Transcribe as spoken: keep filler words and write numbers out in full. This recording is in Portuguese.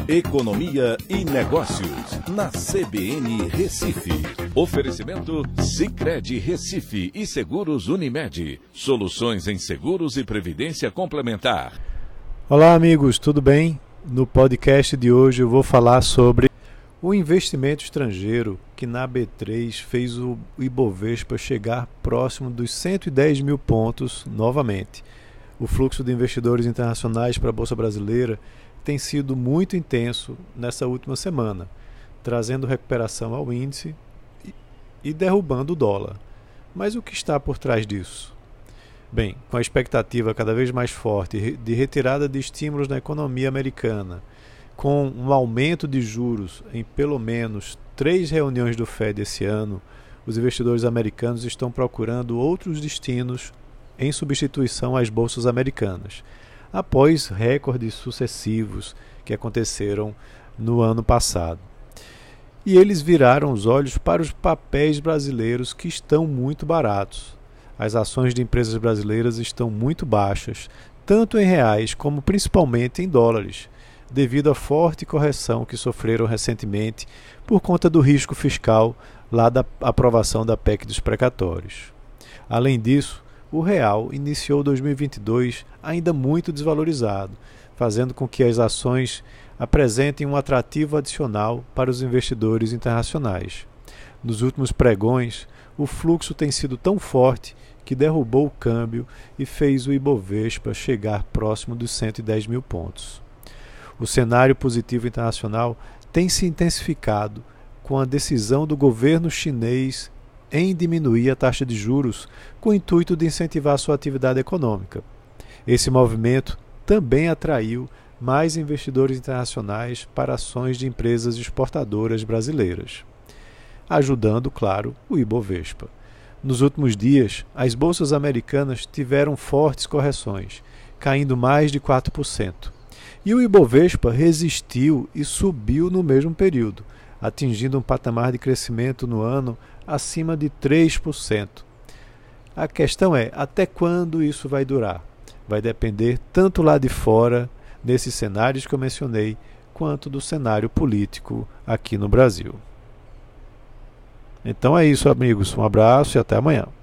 Economia e Negócios, na C B N Recife. Oferecimento Sicredi Recife e Seguros Unimed. Soluções em seguros e previdência complementar. Olá amigos, tudo bem? No podcast de hoje eu vou falar sobre o investimento estrangeiro que na B três fez o Ibovespa chegar próximo dos cento e dez mil pontos novamente. O fluxo de investidores internacionais para a Bolsa Brasileira tem sido muito intenso nessa última semana, trazendo recuperação ao índice e derrubando o dólar. Mas o que está por trás disso? Bem, com a expectativa cada vez mais forte de retirada de estímulos na economia americana, com um aumento de juros em pelo menos três reuniões do Fed esse ano, os investidores americanos estão procurando outros destinos em substituição às bolsas americanas, após recordes sucessivos que aconteceram no ano passado. E eles viraram os olhos para os papéis brasileiros que estão muito baratos. As ações de empresas brasileiras estão muito baixas, tanto em reais como principalmente em dólares, devido à forte correção que sofreram recentemente por conta do risco fiscal lá da aprovação da P E C dos precatórios. Além disso, o real iniciou dois mil e vinte e dois ainda muito desvalorizado, fazendo com que as ações apresentem um atrativo adicional para os investidores internacionais. Nos últimos pregões, o fluxo tem sido tão forte que derrubou o câmbio e fez o Ibovespa chegar próximo dos cento e dez mil pontos. O cenário positivo internacional tem se intensificado com a decisão do governo chinês em diminuir a taxa de juros com o intuito de incentivar sua atividade econômica. Esse movimento também atraiu mais investidores internacionais para ações de empresas exportadoras brasileiras, ajudando, claro, o Ibovespa. Nos últimos dias, as bolsas americanas tiveram fortes correções, caindo mais de quatro por cento. E o Ibovespa resistiu e subiu no mesmo período, atingindo um patamar de crescimento no ano acima de três por cento. A questão é, até quando isso vai durar? Vai depender tanto lá de fora, nesses cenários que eu mencionei, quanto do cenário político aqui no Brasil. Então é isso, amigos. Um abraço e até amanhã.